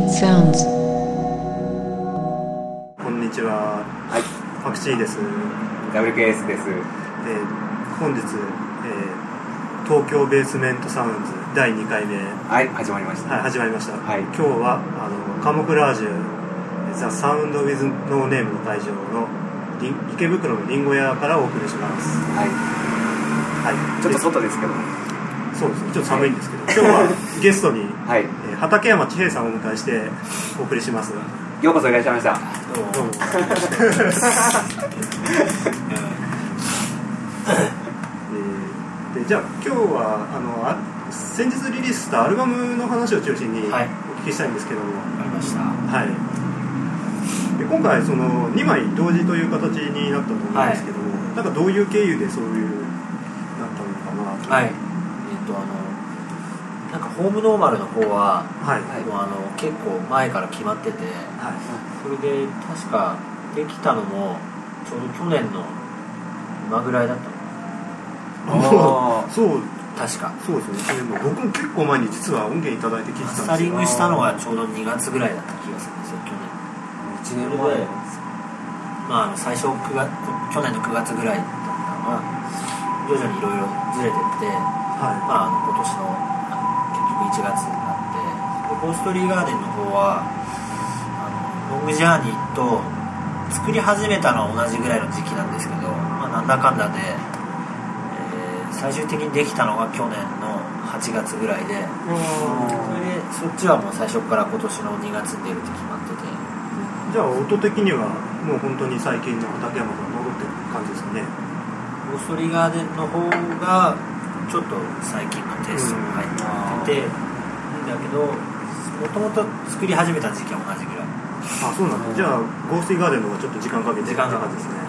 Sounds。 こんにちは。 はい。 パクチーです。 WKS です。 本日、東京ベースメントサウンズ第2回目、 はい、始まりました。 はい、始まりました。 はい。 今日はカモフラージュザ・サウンド・ウィズ・ノーネームの会場の池袋のリンゴ屋からお送りします。 はい。 はい。 ちょっと外ですけど。 そうですね。ちょっと寒いんですけど、今日はゲストに、 はい。 畠山千平さんをお迎えしてお送りします。 ようこそいらっしゃいました。 どうも。じゃあ今日は先日リリースしたアルバムの話を中心にお聞きしたいんですけども、 ありました。 はい。で今回その2枚同時という形になったと思うんですけども、なんかどういう経由でそういうなったのかなと。 はい。なんかホームノーマルの方は、 はい。 もう結構前から決まってて、 はい。 それで確かできたのもちょうど去年の今ぐらいだったの。 ああ、そう確か。 そうですね。僕も結構前に実は音源いただいて聞いてたんですよ。 マスタリングしたのはちょうど2月ぐらいだった気がするんですよ、去年。 1年前。 まあ最初去年の9月ぐらいだったのが徐々にいろいろずれてって、 はい。 まあ今年の結局1月になって、でゴーストリーガーデンの方はロングジャーニーと作り始めたのは同じぐらいの時期なんですけど、まあ、なんだかんだで、最終的にできたのが去年の8月ぐらいで、それでそっちはもう最初から今年の2月に出るって決まってて。 じゃあ音的にはもう本当に最近の畠山が戻ってる感じですかね。 ゴーストリーガーデンの方がちょっと最近のテイストが入ってて、だけどもともと作り始めた時期は同じぐらい。 あ、そうなんだ。じゃあゴーストリーガーデンの方がちょっと時間かけて時間かかってですね。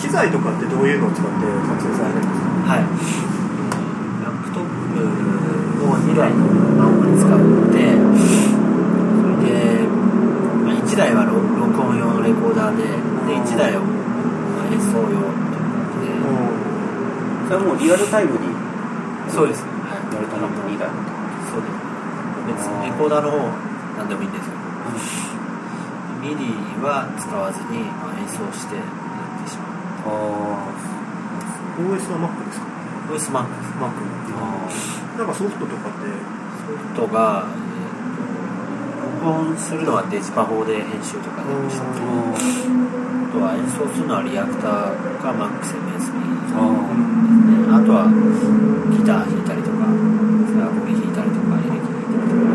機材とかってどういうのを使って撮影されるんですか？ はい、ラップトップを2台主に使って、それで、1台は録音用のレコーダーで1台を演奏用という感じで、 それはもうリアルタイムにそうです、 はい、リアルタイムに2台そうです。別にレコーダーの方なんでもいいんですけど、ミディは使わずに、演奏してやってしまう。 OS は Mac ですか？ OS Mac です。 Mac なんかソフトとかってソフトが、録音するのはデジパ4で編集とかでした。あとは演奏するのはリアクターか MaxMSB ですね。あとはギター弾いたりとかアコギ弾いたりとかエレキ弾いたりと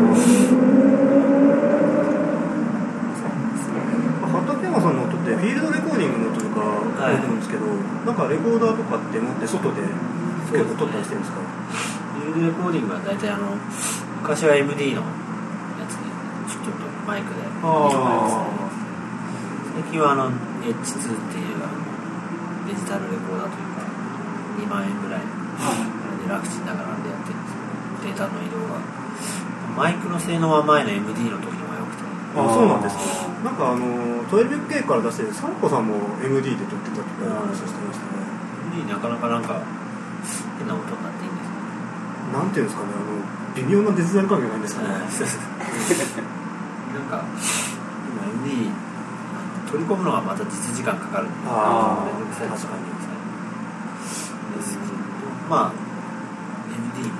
か。畠山さんの音ってフィールドレコーディングの音とか多いと思うんですけど、なんかレコーダーとかって持って外で結構撮ったりしてるんですか？ フィールドレコーディングは大体昔は MD のやつでちょっとマイクで最近はH2 っていうデジタルレコーダーというか2万円ぐらいで楽ちんながらでやってるんですけど、データの移動がマイクの性能は前の MD の時の方が良くて。 そうなんですか。なんか12K から出してるサンコさんも MD で撮ってたとか話をしてましたね。 MD なかなか変な音になっていいんですよ。 なんていうんですかね、微妙なデジタル関係ないんですかね。 なんか今 MD 取り込むのがまた実時間かかるんで、めんどくさいですよね。ですけど、MD もいいです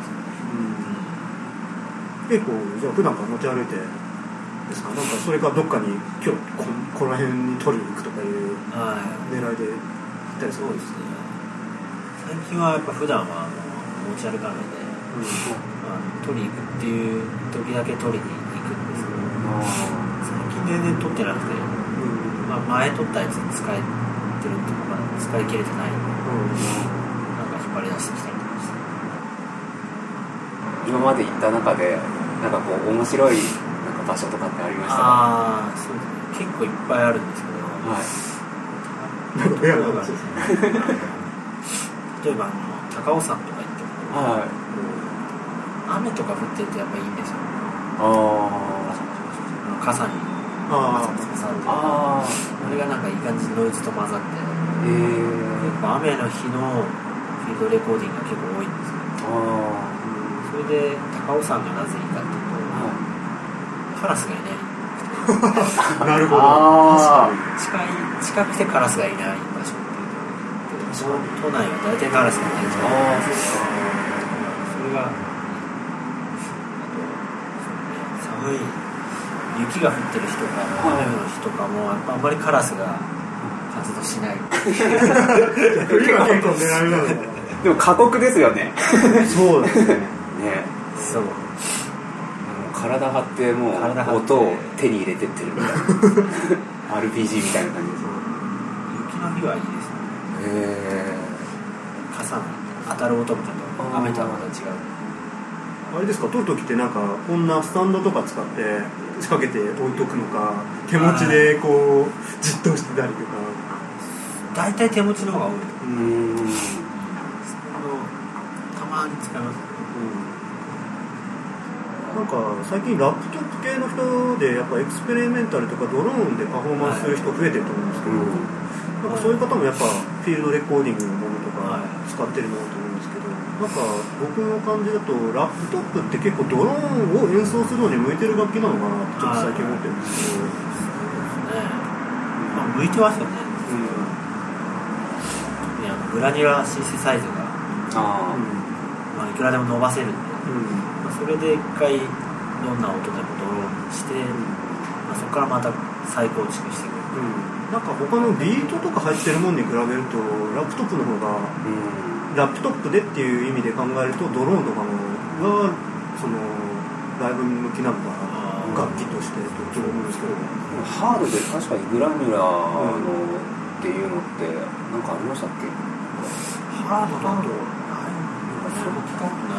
ね。結構じゃあ普段から持ち歩いてですか？なんかそれかどっかに今日この辺に取りに行くとかいう狙いで行ったりするんですね。 最近はやっぱ普段は持ち歩かないで、取りに行くっていう時だけ取りに行くんですけど、最近全然取ってなくて、前取ったやつ使えてるとか使い切れてない、なんか引っ張り出してきたりとかして、 今まで行った中でなんかこう面白いなんか場所とかってありましたか？ そうですね、結構いっぱいあるんですけど、 なんか部屋があるんですよ。 例えば高尾山とか行っても、雨とか降ってるとやっぱいいんですよ。傘にあれがなんかいい感じにノイズと混ざって、結構雨の日のフィールドレコーディングが結構多いんですよ。それで高尾山がなぜいいかっていうと、カラスがいないなるほど。確かに近くてカラスがいない場所っていうと、都内は大体カラスがいないじゃないですか。それが寒い雪が降ってる日とか雨の日とかもやっぱあんまりカラスが活動しない。 冬は結構狙いなのかな。 でも過酷ですよね。 そうですね。 そう。 体張ってもう音を手に入れてってるみたいなRPG みたいな感じです。 雪の日はいいですね。傘が当たる音もちょっと雨とはまた違う。 あれですか、撮るときってなんかこんなスタンドとか使って仕掛けて置いとくのか、手持ちでこうじっとしてたりとか。 大体手持ちの方が多い。たまに使います。 なんか最近ラップトップ系の人でやっぱエクスペリメンタルとかドローンでパフォーマンスする人増えてると思うんですけど、なんかそういう方もやっぱフィールドレコーディングのものとか使ってるなと思うんですけど、なんか僕の感じだとラップトップって結構ドローンを演奏するのに向いてる楽器なのかなってちょっと最近思ってるんですけど。 向いてますよね。グラニュラーシンセサイズがいくらでも伸ばせるんで、それで一回どんな音でもドローンして、そこからまた再構築していく、 なんか他のビートとか入ってるものに比べるとラップトップの方が、ラップトップでっていう意味で考えるとドローンとかのがそのライブ向きなのかな、楽器としてと思うんですけど、 ハードで確かにグラニュラーのっていうのってなんかありましたっけ？ ハードだとないのかそれも聞かない。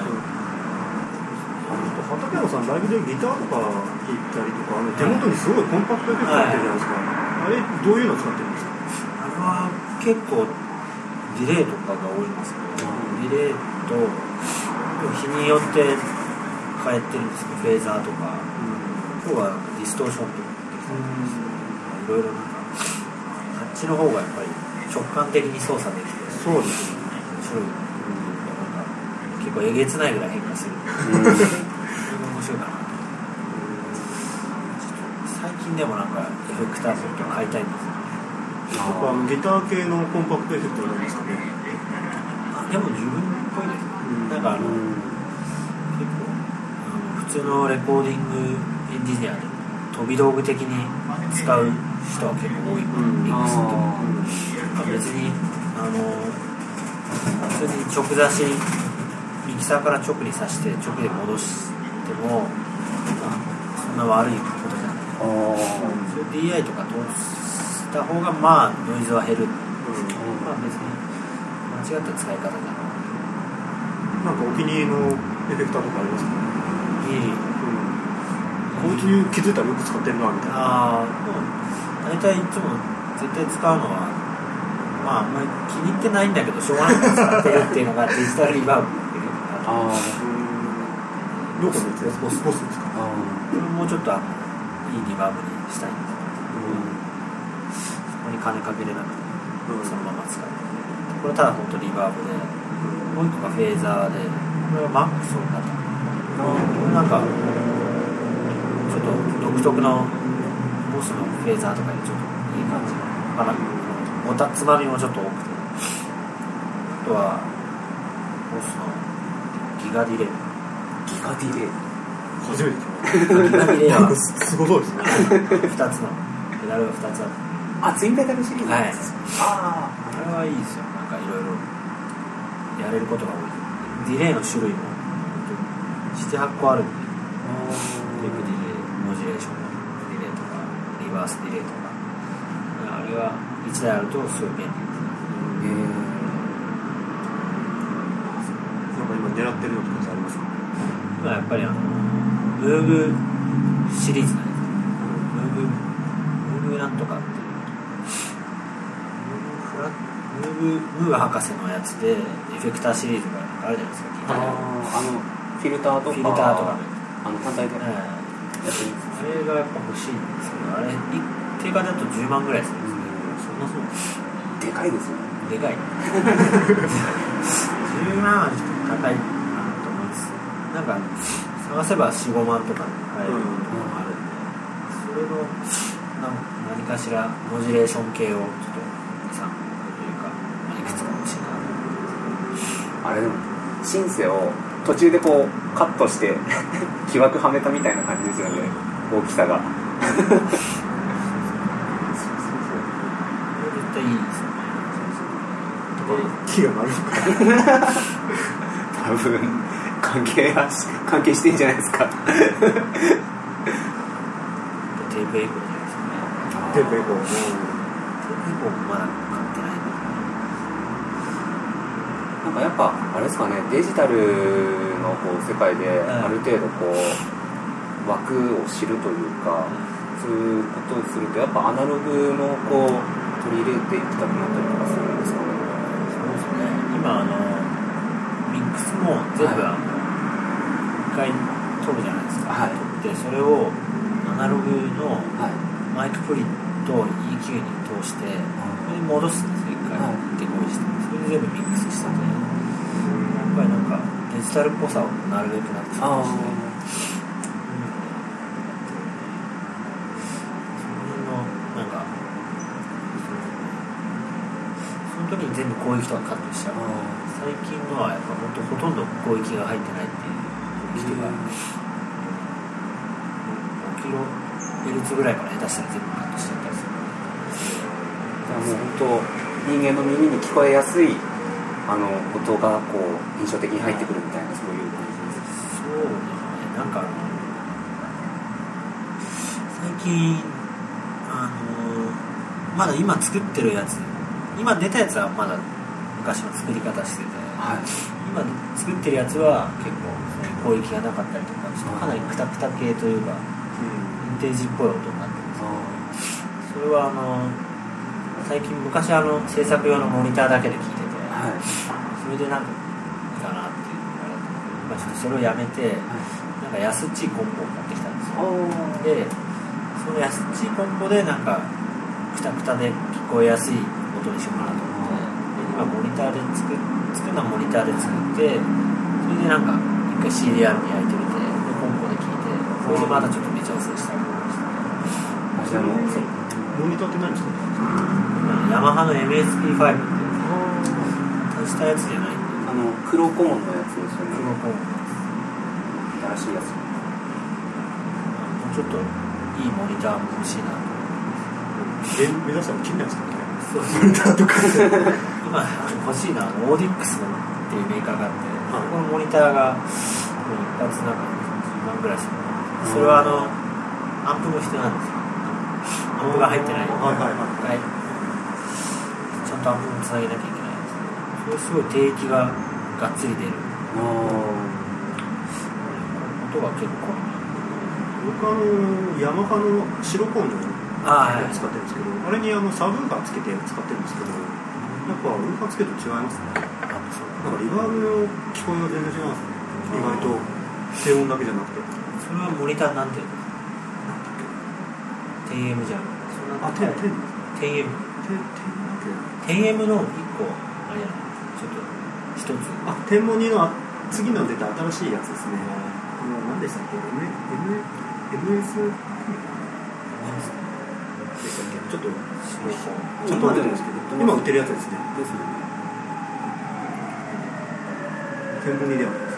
畠山さんライブでギターとか弾いたりとか、手元にすごいコンパクトエフェクト入ってるじゃないですか、あれどういうのを使ってるんですか？ あれは結結構ディレイとかが多いんですけど、ディレイと日によって変えてるんですけど、フェーザーとか、今日はなんかディストーションとかできたりとかして、いろいろなんかあっちの方がやっぱり直感的に操作できて、 そうですね、 面白い、なんか結構えげつないぐらい変化する、それが面白いかな。最近でもなんかエフェクターちょっと買いたいんですよね。 ギター系のコンパクトエフェクトなんですかね。 でも自分っぽいですね。なんか結構普通のレコーディングエンジニアで飛び道具的に使う人は結構多い、ミックスとか別に普通に直出しミキサーから直に挿して直で戻してもそんな悪いことじゃない。そういう DI とか通した方がまあノイズは減る、まあ別に間違った使い方じゃない。 なんかお気に入りのエフェクターとかありますか？こういう気づいたらよく使ってるなみたいな。 大体いつも絶対使うのはまああんまり気に入ってないんだけどしょうがないから使ってるっていうのがデジタルリバーブっていうか。 どこのやつですか？ボスですか？ もうちょっといいリバーブにしたいんですけど、そこに金かけれなくてそのまま使う。これただ本当リバーブで、もう一個がフェーザーで、これはマックスを買った。なんかちょっと独特のボスのフェーザーとかでちょっといい感じのつまみもちょっと多くて、あとはボスのギガディレイ。 初めて聞いた。 ギガディレイはすごそうですね。 2つのペダルが2つあって、 ツインペダルシリーズ。 はい。あれはいいですよ。なんかいろいろやれることが多い。ディレイの種類も7、8個あるんで、テープディレイ、モジュレーションのディレイとか、リバースディレイとか、あれが1台あるとすごい便利です。 なんか今狙ってるのとかありますか？ 今やっぱりムーブシリーズなんですよ。ムーブなんとかっていうムーブ博士のやつでエフェクターシリーズがあるじゃないですか。 フィルターとか単体でやってるんですか？ あれがやっぱ欲しいんですけど、あれ定価だと10万ぐらいするんですけど、そんなそうでかいですよね。 でかい10万はちょっと高いなと思います。なんか探せば 4,5 万とかで買えるのもあるんで、それの何かしらモジュレーション系をちょっと2、3というか、いくつか欲しいな。 あれでもシンセを途中でこうカットして木枠はめたみたいな感じですよね、大きさが。 絶対いいですよね。 木が丸いから多分関係してんじゃないですか。 テープエコーじゃないですかね。 テープエコーもまだ買ってない。 なんかやっぱあれですかね、デジタルのこう世界である程度こう枠を知るというか、そういうことをするとやっぱアナログもこう取り入れていきたくなったりとかするんですかね。 そうですね。今ミックスも全部一回撮るじゃないですか。でそれをアナログのマイクプリと EQ に通して、それに戻すんですよ。一回デコイして、それで全部ミックスしたんで、やっぱりなんかデジタルっぽさをなるべくなってそうですね。なんかその時に全部広域とかカットしちゃう。最近のはやっぱ本当ほとんど広域が入ってないっていう人が5キロヘルツぐらいから下手したら全部カットしちゃったりする。 もう本当人間の耳に聞こえやすい音がこう印象的に入ってくるみたいな、そういう感じです。 そうですね。なんか最近まだ今作ってるやつ、今出たやつはまだ昔の作り方してて、今作ってるやつは結構そういう攻撃がなかったりとか、ちょっとかなりクタクタ系というか、ヴィンテージっぽい音になってるんですけど、それは最近昔制作用のモニターだけで聞いてて、 はい、 それでなんかいいかなっていうのがあって、ちょっとそれをやめて、なんか安っちいコンポを持ってきたんですよ。でその安っちいコンポでなんかクタクタで聞こえやすい音にしようかなと思って、今モニターで作るのはモニターで作って、それでなんか一回 CDR に焼いてみて、でコンポで聞いて、それでまたちょっとめちゃ調整したりとかして、 モニターって何ですか？ ヤマハの MSP5 って足したやつじゃないんで、 黒コーンのやつですよね。 黒コーン新しいやつ。 もうちょっといいモニターも欲しいなと。 目指したら気になるんですか？ そうモニターとか今欲しいな、オーディックスっていうメーカーがあって、そこのモニターが一発なんか10万ぐらいする。それはアンプも必要なんですよ。アンプが入ってない。 はいはいはい。 ちゃんとアンプもつなげなきゃいけないんですけど、それすごい低域ががっつり出る。音が結構。 僕ヤマハの白コーンの使ってるんですけど、あれにサブウーファーつけて使ってるんですけど、やっぱウーファーつけると違いますね。なんかリバーブの聞こえが全然違いますね。意外と低音だけじゃなくて。 それはモニターなんていうの？10M じゃん。 あ、10M。 10M の1個あれやな。ちょっと一つ。 あ、10モニの次の出た新しいやつですね。何でしたっけ？ MS でしたっけ？ちょっとちゃんと出てるんですけど、今売ってるやつですね。ですね。10モニではないです。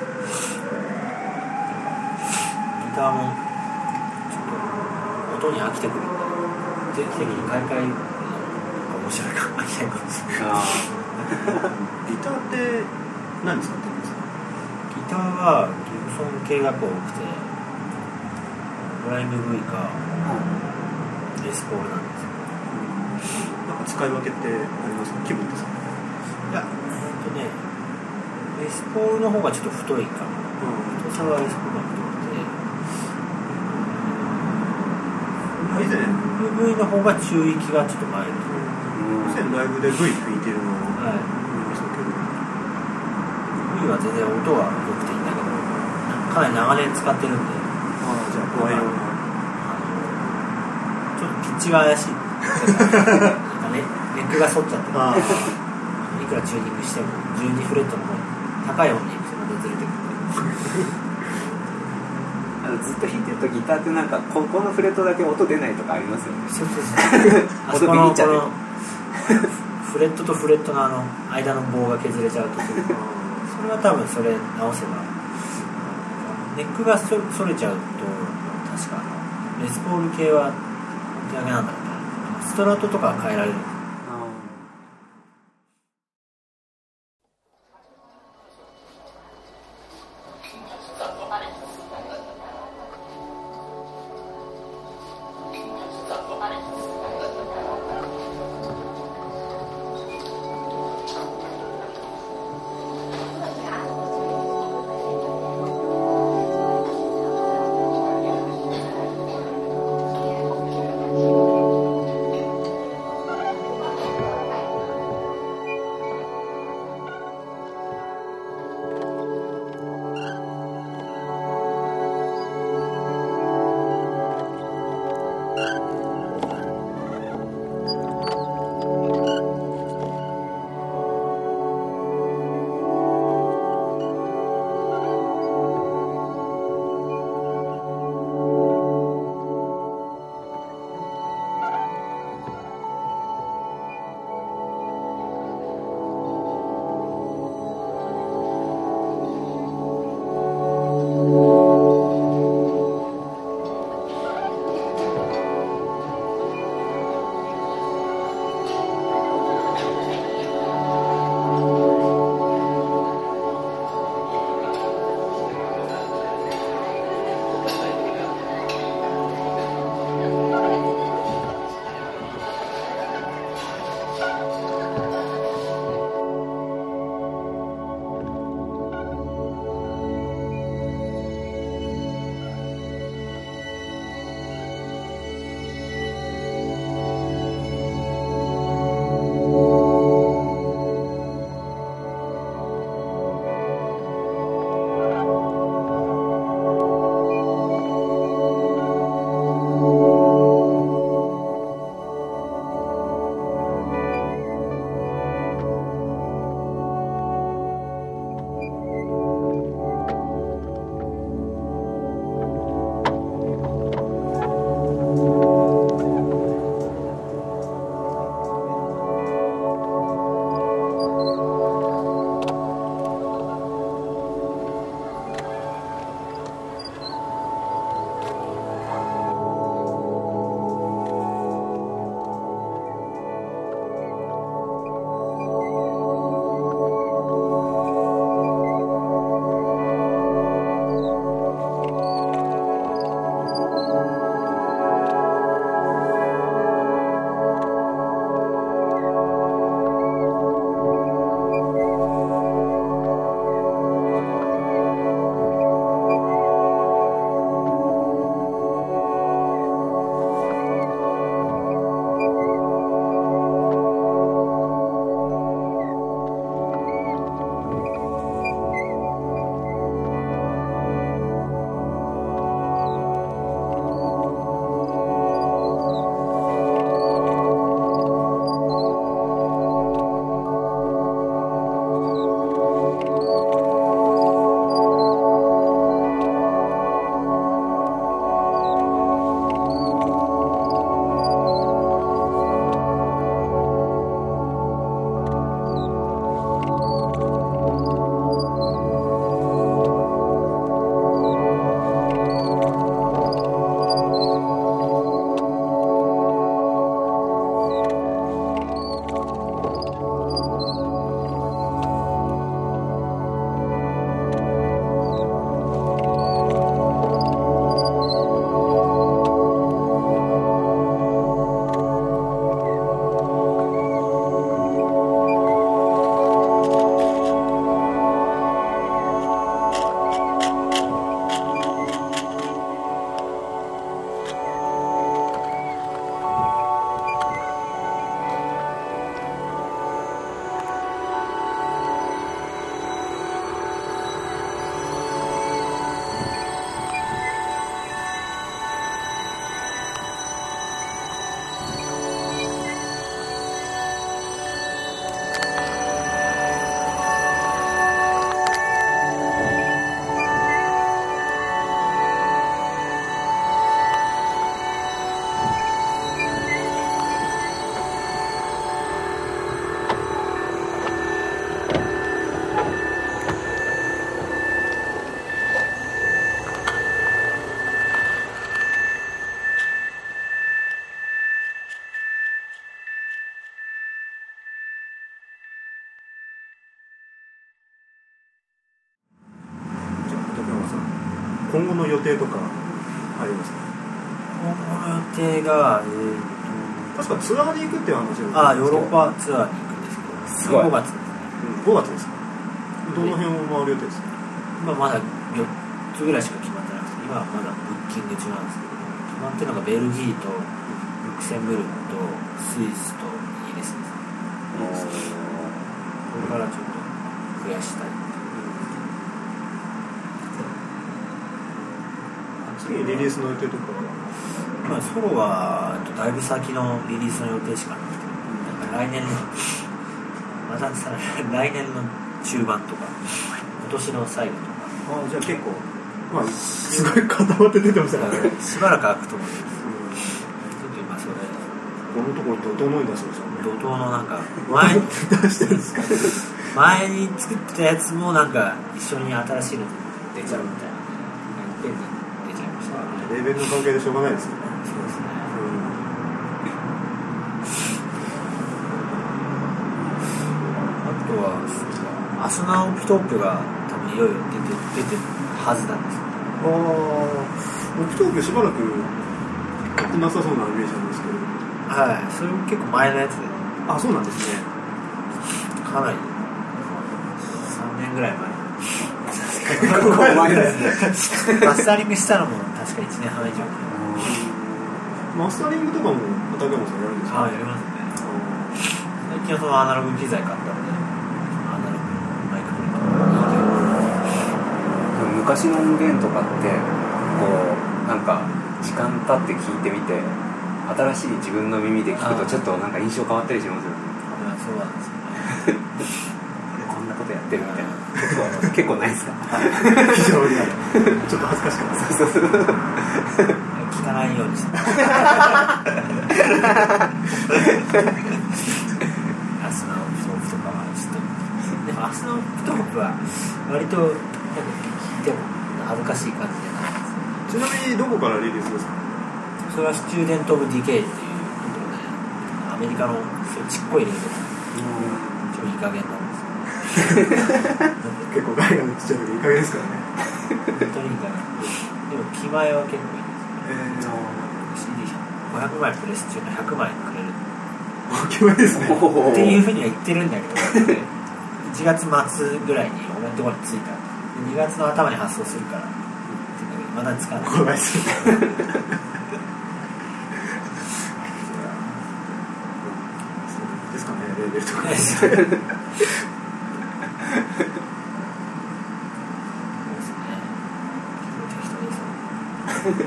ギターもちょっと音に飽きてくるんで、定期的に買い替えるのが面白いかもしれないかもしれない。 ギターって何使ってるんですか？ ギターはギブソン系が多くて、フライング V かレスポールなんですよ。 なんか使い分けってありますか？気分ですか？ いや、レスポールの方がちょっと太いかな。太さはレスポールが太くて、 以前 V の方が中域がちょっと前で、 以前ライブで V 吹いてるのを見ましたけど、 V は全然音は良くていいんだけど、かなり長年使ってるんで、 じゃあ怖いようなちょっとピッチが怪しい。なんかね、ネックが反っちゃってる。いくらチューニングしても12フレットの方に高い方にそのままずれてくる。 ずっと弾いてるとギターってなんかこのフレットだけ音出ないとかありますよね。 そうあそこのフレットとフレットの間の棒が削れちゃうとそれは多分それ直せば、ネックがそれちゃうと確かレスポール系は手上げなんだろうな、ストラトとか変えられる。 「 今後の予定とかありますか？ 今後の予定が、 確かツアーで行くっていう話です。 ヨーロッパツアーに行くんですけど、5月ですね。 5月ですか？どの辺を回る予定ですか？ 今まだ4つぐらいしか決まってなくて、今はまだブッキング中なんですけど、決まってるのがベルギーとルクセンブルクとスイスとイギリスですね。これからちょっと増やしたい。 次にリリースの予定とかは？ まあ、ソロはだいぶ先のリリースの予定しかなくて、来年のまた来年の中盤とか今年の最後とか。 じゃあ結構、まあ、すごい固まって出てましたからね。 しばらく空くと思います。ちょっと今それこのところ怒涛のに出してましたね。 怒涛のなんか前に出してるんですか？ 前に作ったやつもなんか一緒に新しいの出ちゃうみたいな、出ちゃいましたね。 レベルの関係でしょうがないですよね。 そうですね。あとはアスナオプトープが多分いよいよ出てるはずなんですよ。 オプトープしばらくやってなさそうなイメージなんですけど。 はい、それも結構前のやつで。 そうなんですね。 かなり3年ぐらい前。 結構前ですね。 マスタリングしたのも確か1年半以上。 マスタリングとかも竹山さんやるんですか？ やりますね。最近はそのアナログ機材買ったので、アナログマイクプレート。 昔の音源とかってこうなんか時間経って聞いてみて新しい自分の耳で聞くとちょっとなんか印象変わったりしますよね。 そうなんですよね。 こんなことやってるみたいな結構ないですか？ 非常にちょっと恥ずかしかった。 聞かないようにしてアスナオプトープとかはちょっと、でもアスナオプトープは割となんか聞いても恥ずかしい感じでないです。 ちなみにどこからリリースですか？ それはスチューデント・オブ・ディケイっていうところで、アメリカのそういうちっこいレーベル、ちょっといい加減なんですよ。 結構ガイガのちっちゃい時いい加減ですからね。 本当にいい加減。でも気前は結構いいです。CD500 枚プレス中の100枚くれる。 気前ですね。 っていうふうには言ってるんだけど、1月末ぐらいに俺のところに着いた。2月の頭に発送するから、まだ使わない。 怖いですね。ですかね、レーベルとか。 ですね。適当です。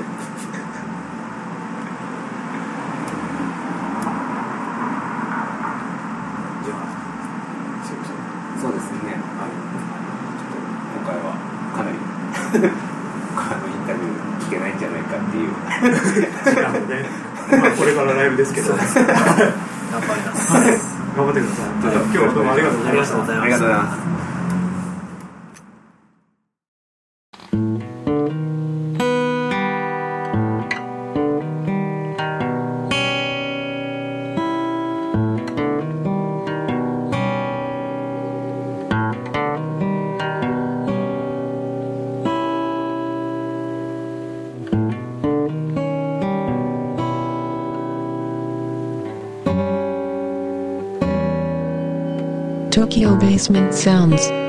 そうですね。今回はかなりインタビュー聞けないんじゃないかっていう時間もね、これからライブですけど頑張ります。 頑張ってください。今日はどうもありがとうございました。 ありがとうございます。 Tokyo Basement Sounds